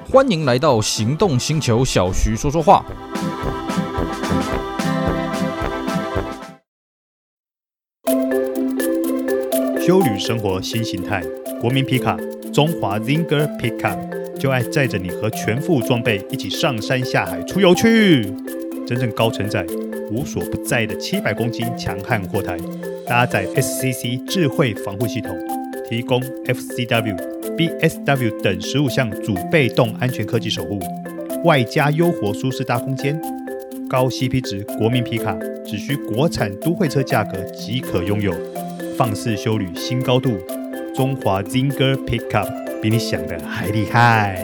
欢迎来到行动星球，小徐说说话。 休旅生活新形态，国民皮卡中华 Zinger Pickup 就爱载着你和全副装备一起上山下海出游去。真正高承载、无所不在的700公斤强悍货台，搭载 SCC 智慧防护系统，提供 FCW、BSW 等15项主被动安全科技守护，外加优活舒适大空间，高 CP 值国民皮卡只需国产都会车价格即可拥有。放肆休旅新高度，中华 Zinger Pickup 比你想的还厉害。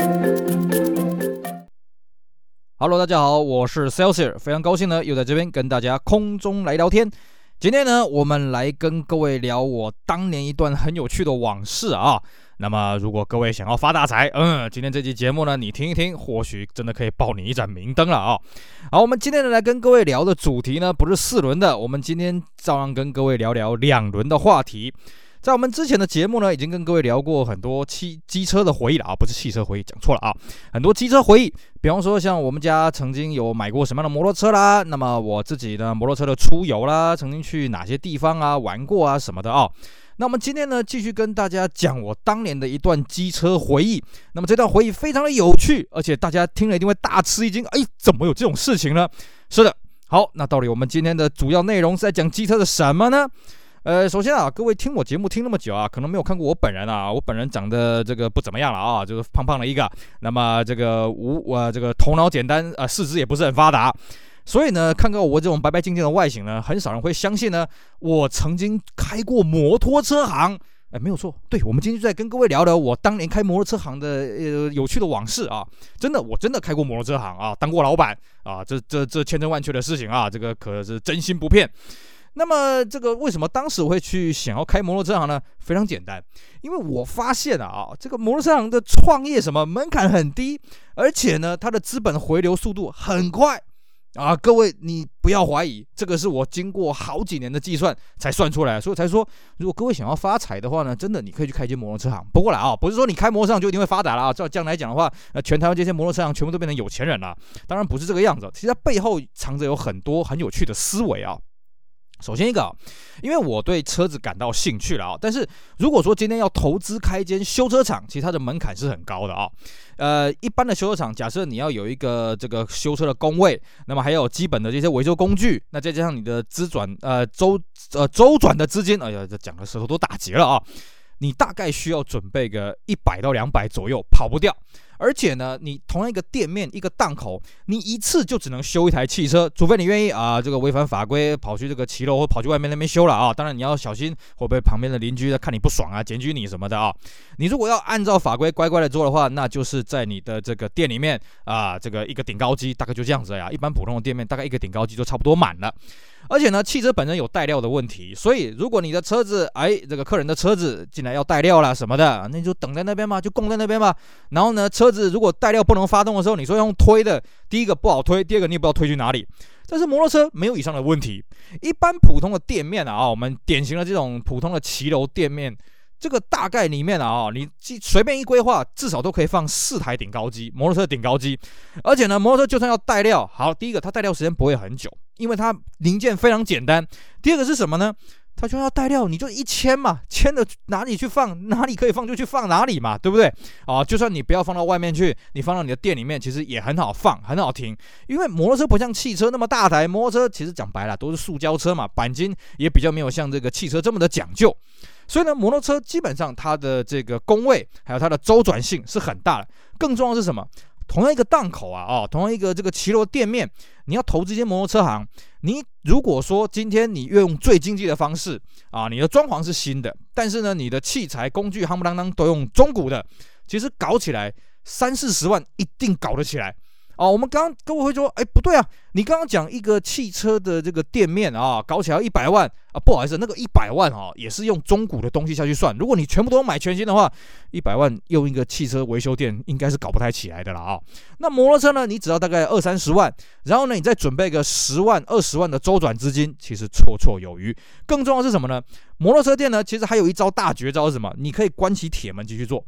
Hello， 大家好，我是 Celsius， 非常高兴呢，又在这边跟大家空中来聊天。今天呢，我们来跟各位聊我当年一段很有趣的往事啊。那么，如果各位想要发大财，今天这期节目呢，你听一听，或许真的可以报你一盏明灯了啊。好，我们今天呢来跟各位聊的主题呢，不是4轮的，我们今天照样跟各位聊聊2轮的话题。在我们之前的节目呢，已经跟各位聊过很多机车的回忆了啊，不是汽车回忆，讲错了啊，很多机车回忆。比方说，像我们家曾经有买过什么样的摩托车啦，那么我自己的摩托车的出游啦，曾经去哪些地方啊玩过啊什么的啊。那我们今天呢，继续跟大家讲我当年的一段机车回忆。那么这段回忆非常的有趣，而且大家听了一定会大吃一惊，怎么有这种事情呢？是的，好，那到底我们今天的主要内容是在讲机车的什么呢？首先啊，各位听我节目听那么久啊，可能没有看过我本人啊，我本人长得这个不怎么样了啊，就是胖胖的一个，那么这个这个头脑简单，四肢也不是很发达。所以呢，看到我这种白白净净的外形呢，很少人会相信呢，我曾经开过摩托车行。没有错，对，我们今天就在跟各位聊聊我当年开摩托车行的有趣的往事啊。真的，我真的开过摩托车行啊，当过老板啊，这千真万确的事情啊，这个可是真心不骗。那么这个为什么当时我会去想要开摩托车行呢？非常简单，因为我发现这个摩托车行的创业门槛很低，而且呢，它的资本回流速度很快。各位，你不要怀疑，这个是我经过好几年的计算才算出来，所以才说，如果各位想要发财的话呢，真的你可以去开一间摩托车行。不过啦不是说你开摩托车行就一定会发达了照这样来讲的话，全台湾这些摩托车行全部都变成有钱人了，当然不是这个样子。其实它背后藏着有很多很有趣的思维啊。首先一个，因为我对车子感到兴趣了但是如果说今天要投资开一间修车厂，其实它的门槛是很高的一般的修车厂，假设你要有一个这个修车的工位，那么还有基本的这些维修工具，那再加上你的周转的资金，这讲的舌头都打结了你大概需要准备个100到200左右，跑不掉。而且呢，你同样一个店面一个档口，你一次就只能修一台汽车，除非你愿意这个违反法规跑去这个骑楼或跑去外面那边修了当然你要小心，会不会旁边的邻居看你不爽检举你什么的你如果要按照法规乖乖的做的话，那就是在你的这个店里面这个一个顶高机大概就这样子一般普通的店面大概一个顶高机就差不多满了。而且呢，汽车本身有带料的问题，所以如果你的车子这个客人的车子进来要带料啦什么的，那你就等在那边嘛，就供在那边嘛。然后呢，车子如果带料不能发动的时候，你说用推的，第一个不好推，第二个你也不知道推去哪里。但是摩托车没有以上的问题，一般普通的店面我们典型的这种普通的骑楼店面，这个大概里面你随便一规划，至少都可以放4台顶高机，摩托车顶高机。而且呢，摩托车就算要带料，好，第一个它带料时间不会很久，因为它零件非常简单。第二个是什么呢？它就要带料，你就一牵嘛，牵的哪里去放，哪里可以放就去放哪里嘛，对不对？就算你不要放到外面去，你放到你的店里面，其实也很好放，很好停。因为摩托车不像汽车那么大台，摩托车其实讲白了都是塑胶车嘛，钣金也比较没有像这个汽车这么的讲究。所以呢，摩托车基本上它的这个工位还有它的周转性是很大的。更重要的是什么？同样一个档口同样一个这个骑楼店面，你要投资一间摩托车行，你如果说今天你用最经济的方式你的装潢是新的，但是呢你的器材工具夯不啷当都用中古的，其实搞起来30-40万一定搞得起来。我们刚刚各位会说，不对你刚刚讲一个汽车的这个店面搞起来100万不好意思，那个100万也是用中古的东西下去算。如果你全部都买全新的话，100万用一个汽车维修店应该是搞不太起来的啦那摩托车呢，你只要大概20-30万，然后呢你再准备个10万、20万的周转资金，其实绰绰有余。更重要的是什么呢？摩托车店呢，其实还有一招大绝招是什么？你可以关起铁门继续做。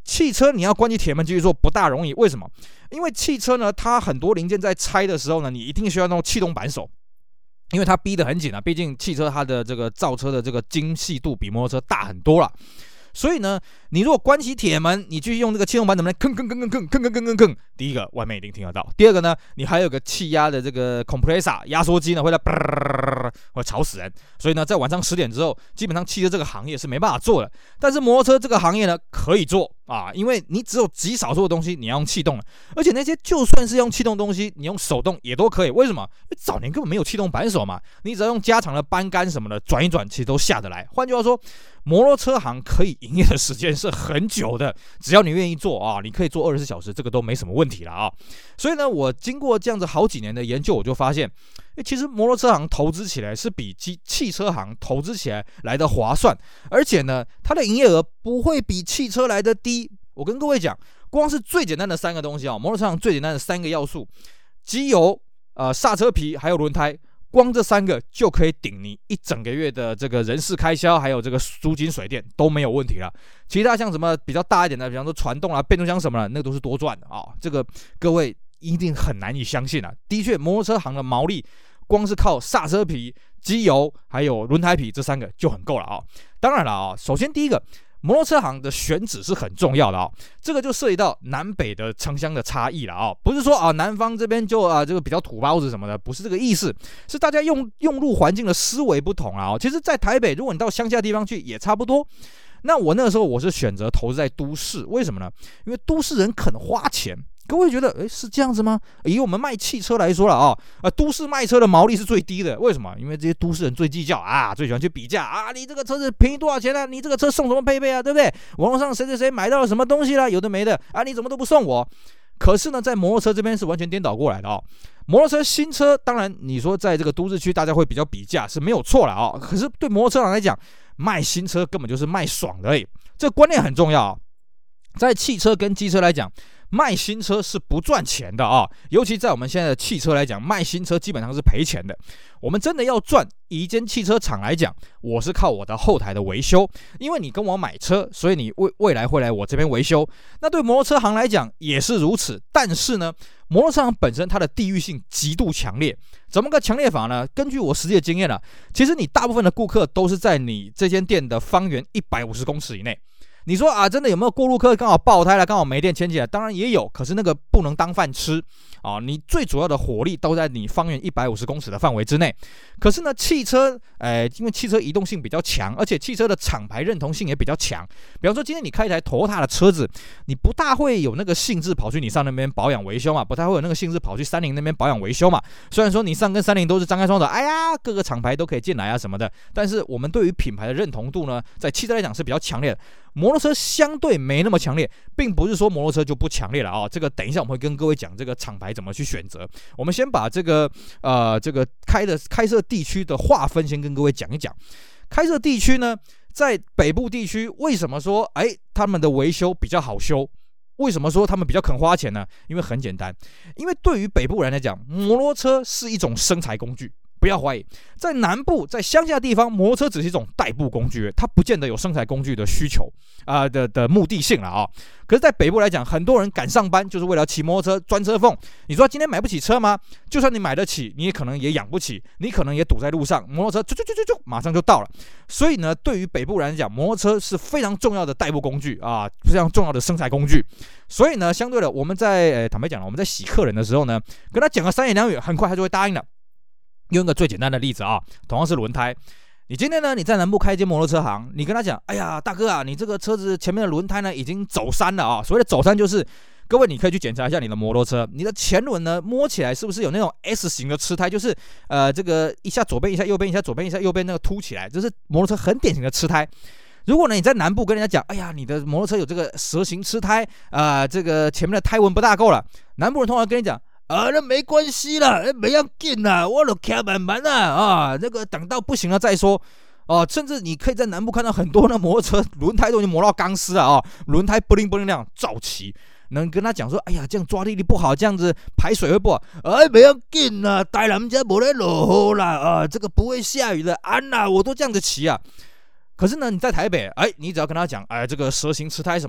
汽车你要关起铁门继续做不大容易，为什么？因为汽车呢，它很多零件在拆的时候呢，你一定需要用气动扳手，因为它逼得很紧啊，毕竟汽车它的这个造车的这个精细度比摩托车大很多啦。所以呢，你如果关起铁门，你继续用这个气动扳，能不能吭？第一个，外面一定听得到；第二个呢，你还有个气压的这个 compressor 压缩机呢，会会吵死人。所以呢，在晚上10点之后，基本上汽车这个行业是没办法做的。但是摩托车这个行业呢，可以做啊，因为你只有极少数的东西你要用气动了，而且那些就算是用气动的东西，你用手动也都可以。为什么？因为早年根本没有气动扳手嘛，你只要用加长的扳杆什么的转一转，其实都下得来。换句话说，摩托车行可以营业的时间是很久的，只要你愿意做啊，你可以做24小时，这个都没什么问题了啊。所以呢，我经过这样子好几年的研究，我就发现，其实摩托车行投资起来是比汽车行投资起来的划算，而且呢，它的营业额不会比汽车来的低。我跟各位讲，光是最简单的3个东西啊，摩托车行最简单的3个要素，机油、刹车皮还有轮胎。光这3个就可以顶你一整个月的这个人事开销，还有这个租金水电都没有问题了。其他像什么比较大一点的，比方说传动啊、变速箱什么的，那个都是多赚的啊。这个各位一定很难以相信啊。的确，摩托车行的毛利光是靠刹车皮、机油还有轮胎皮这3个就很够了啊。当然了啊，首先第一个，摩托车行的选址是很重要的啊，这个就涉及到南北的城乡的差异了啊，不是说啊南方这边就这个比较土包子什么的，不是这个意思，是大家用路环境的思维不同啊。其实，在台北，如果你到乡下地方去也差不多。那我那个时候我是选择投资在都市，为什么呢？因为都市人肯花钱。各位觉得，是这样子吗？以我们卖汽车来说了啊，都市卖车的毛利是最低的，为什么？因为这些都市人最计较啊，最喜欢去比价啊，你这个车子便宜多少钱啊？你这个车送什么配备啊？对不对？网络上谁买到了什么东西啦？有的没的啊，你怎么都不送我？可是呢，在摩托车这边是完全颠倒过来的啊。摩托车新车，当然你说在这个都市区大家会比较比价是没有错了啊，可是对摩托车行来讲，卖新车根本就是卖爽的而已，这个观念很重要啊。在汽车跟机车来讲，卖新车是不赚钱的啊，尤其在我们现在的汽车来讲，卖新车基本上是赔钱的。我们真的要赚，以一间汽车厂来讲，我是靠我的后台的维修，因为你跟我买车，所以你未来会来我这边维修。那对摩托车行来讲也是如此，但是呢，摩托车行本身它的地域性极度强烈，怎么个强烈法呢？根据我实际的经验啊，其实你大部分的顾客都是在你这间店的方圆150公尺以内。你说啊，真的有没有过路客刚好爆胎了，刚好没电牵起来？当然也有，可是那个不能当饭吃啊！你最主要的火力都在你方圆150公尺的范围之内。可是呢，汽车，因为汽车移动性比较强，而且汽车的厂牌认同性也比较强。比方说，今天你开一台 Toyota 的车子，你不大会有那个兴致跑去你上那边保养维修嘛，不太会有那个兴致跑去三菱那边保养维修嘛。虽然说你上跟三菱都是张开双手，哎呀，各个厂牌都可以进来啊什么的，但是我们对于品牌的认同度呢，在汽车来讲是比较强烈的。摩托车相对没那么强烈，并不是说摩托车就不强烈了啊。这个等一下我们会跟各位讲这个厂牌怎么去选择。我们先把这个开设地区的划分先跟各位讲一讲。开设地区呢，在北部地区为什么说他们的维修比较好修？为什么说他们比较肯花钱呢？因为很简单，因为对于北部人来讲，摩托车是一种生财工具。不要怀疑，在南部，在乡下地方，摩托车只是一种代步工具，它不见得有生财工具的需求的目的性了啊。可是，在北部来讲，很多人赶上班就是为了骑摩托车钻车缝。你说今天买不起车吗？就算你买得起，你也可能也养不起，你可能也堵在路上，摩托车就马上就到了。所以呢，对于北部人来讲，摩托车是非常重要的代步工具啊，非常重要的生财工具。所以呢，相对的，我们在坦白讲了，我们在洗客人的时候呢，跟他讲个3言2语，很快他就会答应了。用一个最简单的例子啊，同样是轮胎。你今天呢，你在南部开一间摩托车行，你跟他讲，哎呀，大哥啊，你这个车子前面的轮胎呢已经走山了啊。所谓的走山就是，各位你可以去检查一下你的摩托车，你的前轮呢摸起来是不是有那种 S 型的吃胎，就是这个一下左边一下右边，一下左边一下右边那个凸起来，这是摩托车很典型的吃胎。如果呢你在南部跟人家讲，哎呀，你的摩托车有这个蛇形吃胎这个前面的胎纹不大够了，南部人通常跟你讲。那没关系啦，没要紧啦，我都开慢慢啦那个等到不行了再说甚至你可以在南部看到很多的摩托车轮胎都已经磨到钢丝了轮胎不灵不灵那样照骑，能跟他讲说，哎呀，这样抓地力不好，这样子排水会不好，没要紧啦，台南家没在落雨啦这个不会下雨的，啦，我都这样子骑啊。可是呢，你在台北，你只要跟他讲，这个蛇形吃胎什么的，大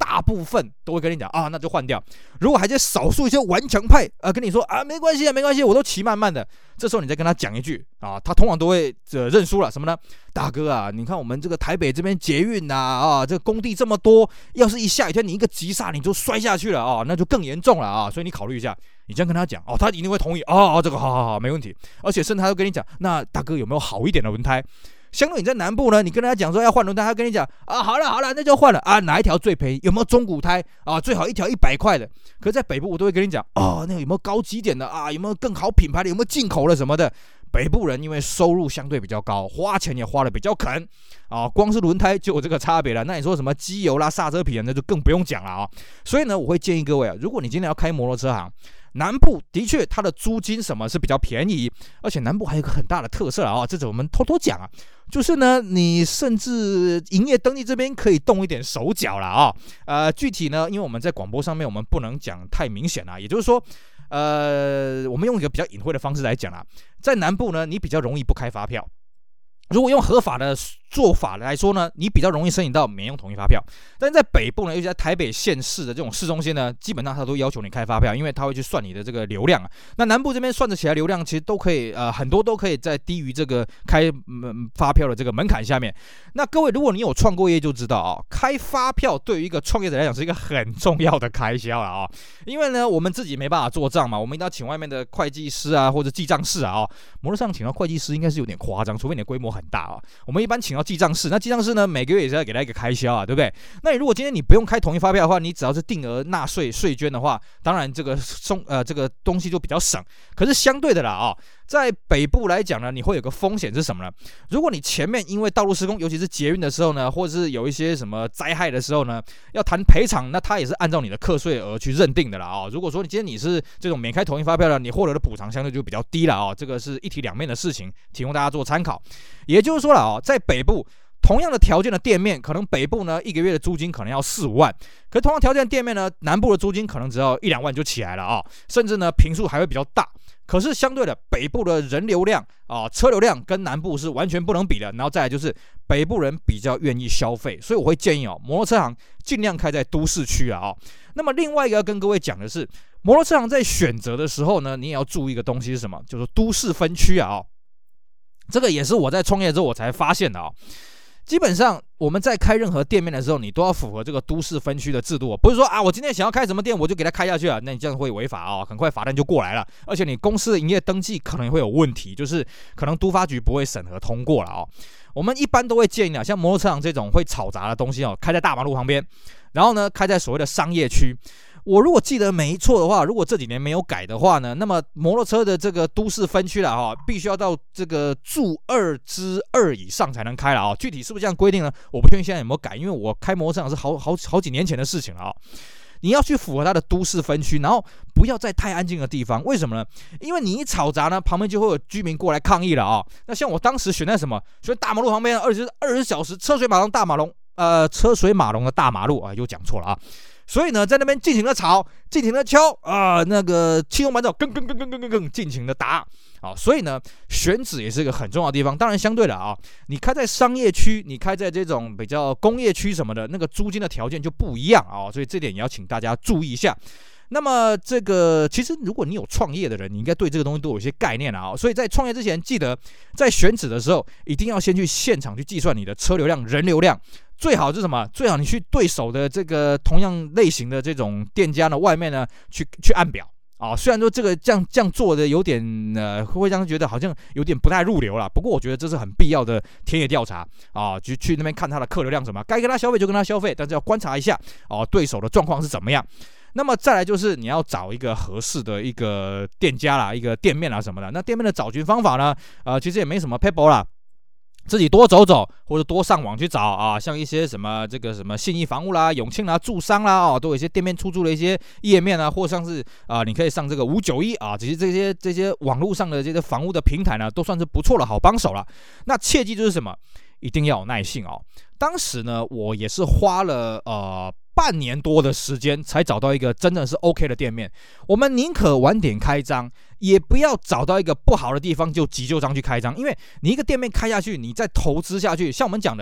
大部分都会跟你讲啊，那就换掉。如果还在少数一些顽强派跟你说啊，没关系啊，没关系，我都骑慢慢的，这时候你再跟他讲一句啊，他通常都会认输了。什么呢？大哥啊，你看我们这个台北这边捷运这个工地这么多，要是一下雨天你一个急刹你就摔下去了啊，那就更严重了啊，所以你考虑一下。你这样跟他讲他一定会同意这个好，没问题。而且甚至他会跟你讲，那大哥有没有好一点的轮胎？相对你在南部呢，你跟他讲说要换轮胎，他跟你讲好了，那就换了啊，哪一条最便宜？有没有中古胎最好一条100块的。可是在北部我都会跟你讲那个有没有高级点的有没有更好品牌的？有没有进口的什么的？北部人因为收入相对比较高，花钱也花的比较肯光是轮胎就有这个差别了。那你说什么机油啦、刹车皮那就更不用讲了所以呢，我会建议各位如果你今天要开摩托车行，南部的确它的租金什么是比较便宜，而且南部还有一个很大的特色这是我们偷偷讲就是呢，你甚至营业登记这边可以动一点手脚了具体呢，因为我们在广播上面我们不能讲太明显也就是说我们用一个比较隐晦的方式来讲在南部呢，你比较容易不开发票。如果用合法的做法来说呢，你比较容易申请到免用统一发票。但是在北部呢，尤其在台北县市的这种市中心呢，基本上它都要求你开发票，因为它会去算你的这个流量那南部这边算得起来流量，其实都可以很多都可以在低于这个开发票的这个门槛下面。那各位，如果你有创过业就知道开发票对于一个创业者来讲是一个很重要的开销了因为呢，我们自己没办法做账嘛，我们一定要请外面的会计师或者记账师摩托上请到会计师应该是有点夸张，除非你的规模很大我们一般请到记账师，那记账师呢每个月也是要给他一个开销对不对？那你如果今天你不用开统一发票的话，你只要是定额纳税捐的话，当然这个东西就比较省。可是相对的啦在北部来讲呢，你会有个风险是什么呢？如果你前面因为道路施工，尤其是捷运的时候呢，或者是有一些什么灾害的时候呢，要谈赔偿，那他也是按照你的课税额去认定的啦如果说你今天你是这种免开统一发票的，你获得的补偿相对就比较低了这个是一体两面的事情，提供大家做参考。也就是说了在北部同样的条件的店面，可能北部呢一个月的租金可能要4-5万，可是同样条件的店面呢，南部的租金可能只要1-2万就起来了甚至呢坪数还会比较大。可是相对的，北部的人流量车流量跟南部是完全不能比的。然后再来就是北部人比较愿意消费，所以我会建议摩托车行尽量开在都市区那么另外一个要跟各位讲的是，摩托车行在选择的时候呢，你也要注意一个东西是什么？就是都市分区这个也是我在创业之后我才发现的基本上我们在开任何店面的时候，你都要符合这个都市分区的制度不是说我今天想要开什么店我就给它开下去那你这样会违法很快罚单就过来了，而且你公司的营业登记可能会有问题，就是可能都发局不会审核通过了我们一般都会建议像摩托车行这种会吵杂的东西开在大马路旁边，然后呢开在所谓的商业区。我如果记得没错的话，如果这几年没有改的话呢，那么摩托车的这个都市分区必须要到这个注2之2以上才能开了具体是不是这样规定呢？我不确定现在有没有改，因为我开摩托车是好几年前的事情了你要去符合它的都市分区，然后不要在太安静的地方。为什么呢？因为你一吵杂呢，旁边就会有居民过来抗议了那像我当时选在什么？选大马路旁边20小时车水马龙大马龙车水马龙的大马路又讲错了所以呢，在那边尽情的吵，尽情的敲那个气动扳手更尽情的打所以呢，选址也是一个很重要的地方。当然，相对的你开在商业区，你开在这种比较工业区什么的，那个租金的条件就不一样所以这点也要请大家注意一下。那么这个其实如果你有创业的人，你应该对这个东西都有一些概念所以在创业之前，记得在选址的时候，一定要先去现场去计算你的车流量、人流量。最好是什么？最好你去对手的这个同样类型的这种店家呢，外面呢去按表虽然说这个这样做的有点会让人觉得好像有点不太入流了，不过我觉得这是很必要的田野调查去那边看他的客流量什么，该跟他消费就跟他消费，但是要观察一下对手的状况是怎么样。那么再来就是你要找一个合适的一个店家啦，一个店面啦什么的。那店面的找寻方法呢其实也没什么 paper 啦，自己多走走，或者多上网去找像一些什么这个什么信义房屋啦、永庆啦、住商啦都有一些店面出租的一些页面或像是你可以上这个591其实这些网络上的这些房屋的平台呢，都算是不错的好帮手了。那切记就是什么？一定要有耐性当时呢，我也是花了半年多的时间才找到一个真的是 OK 的店面。我们宁可晚点开张，也不要找到一个不好的地方就急就章去开张，因为你一个店面开下去，你再投资下去，像我们讲的，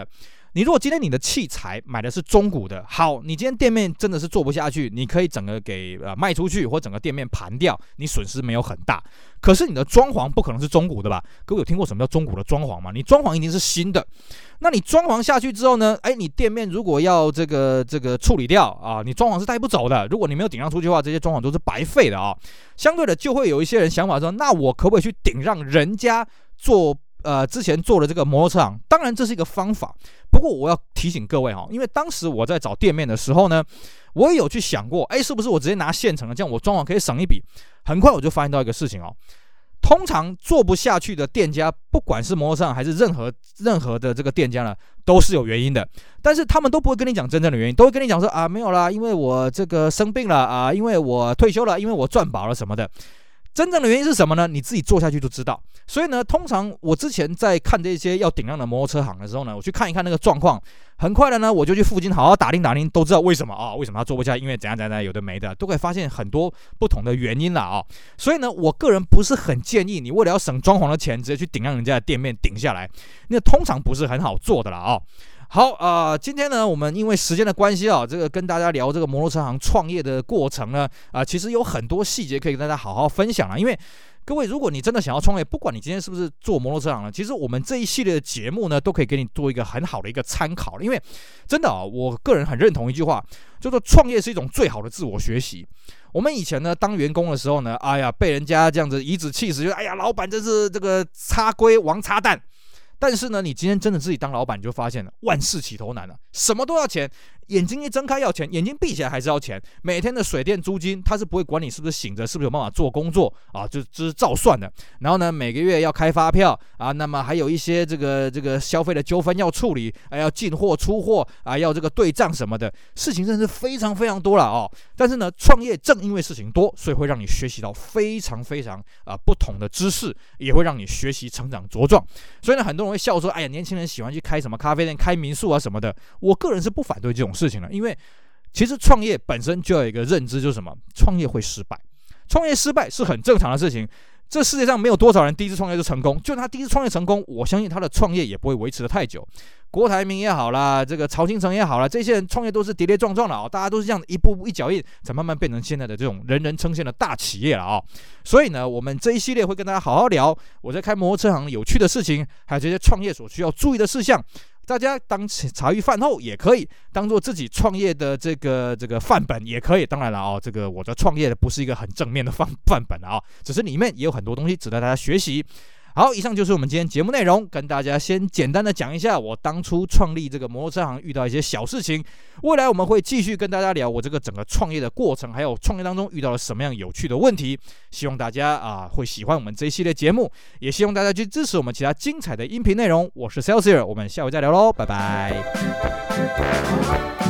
你如果今天你的器材买的是中古的，好，你今天店面真的是做不下去，你可以整个给卖出去，或整个店面盘掉，你损失没有很大。可是你的装潢不可能是中古的吧？各位有听过什么叫中古的装潢吗？你装潢一定是新的。那你装潢下去之后呢？你店面如果要这个处理掉啊，你装潢是带不走的。如果你没有顶让出去的话，这些装潢都是白费的啊。相对的，就会有一些人想法说，那我可不可以去顶让人家做之前做的这个摩托车行？当然这是一个方法，不过我要提醒各位哈，因为当时我在找店面的时候呢，我也有去想过，是不是我直接拿现成的，这样我装潢可以省一笔。很快我就发现到一个事情哦。通常做不下去的店家，不管是摩托车行还是任何的这个店家呢，都是有原因的。但是他们都不会跟你讲真正的原因，都会跟你讲说啊，没有啦，因为我这个生病了啊，因为我退休了，因为我赚饱了什么的。真正的原因是什么呢？你自己做下去就知道。所以呢，通常我之前在看这些要顶让的摩托车行的时候呢，我去看一看那个状况，很快的呢，我就去附近好好打听，都知道为什么啊？为什么他做不下？因为怎样，有的没的，都可以发现很多不同的原因啦啊。所以呢，我个人不是很建议你为了要省装潢的钱，直接去顶让人家的店面顶下来，那通常不是很好做的啦啊。好今天呢，我们因为时间的关系这个跟大家聊这个摩托车行创业的过程呢，其实有很多细节可以跟大家好好分享啦。因为各位，如果你真的想要创业，不管你今天是不是做摩托车行呢，其实我们这一系列的节目呢，都可以给你做一个很好的一个参考。因为真的我个人很认同一句话，叫做创业是一种最好的自我学习。我们以前呢，当员工的时候呢，被人家这样子颐指气使，就老板真是这个插龟王插蛋。但是呢，你今天真的自己当老板，你就发现了万事起头难了，什么都要钱，眼睛一睁开要钱，眼睛闭起来还是要钱。每天的水电租金，他是不会管你是不是醒着，是不是有办法做工作啊，就是照算的。然后呢，每个月要开发票啊，那么还有一些这个消费的纠纷要处理，要进货出货啊，要这个对账什么的，事情真的是非常非常多了哦。但是呢，创业正因为事情多，所以会让你学习到非常非常不同的知识，也会让你学习成长茁壮。所以呢，很多人会笑说，年轻人喜欢去开什么咖啡店、开民宿啊什么的。我个人是不反对这种事情的，因为其实创业本身就有一个认知，就是什么？创业会失败，创业失败是很正常的事情。这世界上没有多少人第一次创业就成功，就他第一次创业成功，我相信他的创业也不会维持得太久。郭台铭也好啦，这个曹兴诚也好啦，这些人创业都是跌跌撞撞的大家都是这样一步步一脚印，才慢慢变成现在的这种人人称羡的大企业了所以呢，我们这一系列会跟大家好好聊我在开摩托车行有趣的事情，还有这些创业所需要注意的事项。大家当茶余饭后也可以，当做自己创业的这个范本也可以。当然了这个我的创业不是一个很正面的范本只是里面也有很多东西值得大家学习。好，以上就是我们今天节目内容，跟大家先简单的讲一下我当初创立这个摩托车行遇到一些小事情。未来我们会继续跟大家聊我这个整个创业的过程，还有创业当中遇到了什么样有趣的问题。希望大家会喜欢我们这一系列节目，也希望大家去支持我们其他精彩的音频内容。我是 Celsius， 我们下回再聊咯，拜拜。